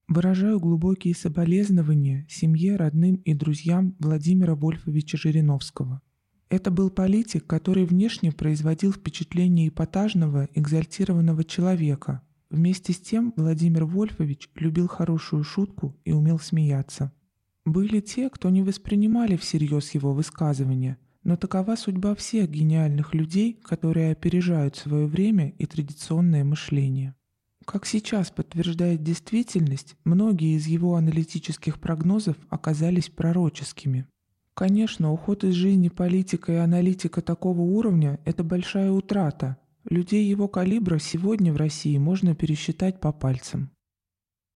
Выражаю глубокие соболезнования семье, родным и друзьям Владимира Вольфовича Жириновского. Это был политик, который внешне производил впечатление эпатажного, экзальтированного человека. Вместе с тем Владимир Вольфович любил хорошую шутку и умел смеяться. Были те, кто не воспринимали всерьез его высказывания, но такова судьба всех гениальных людей, которые опережают свое время и традиционное мышление. Как сейчас подтверждает действительность, многие из его аналитических прогнозов оказались пророческими. Конечно, уход из жизни политика и аналитика такого уровня – это большая утрата. Людей его калибра сегодня в России можно пересчитать по пальцам.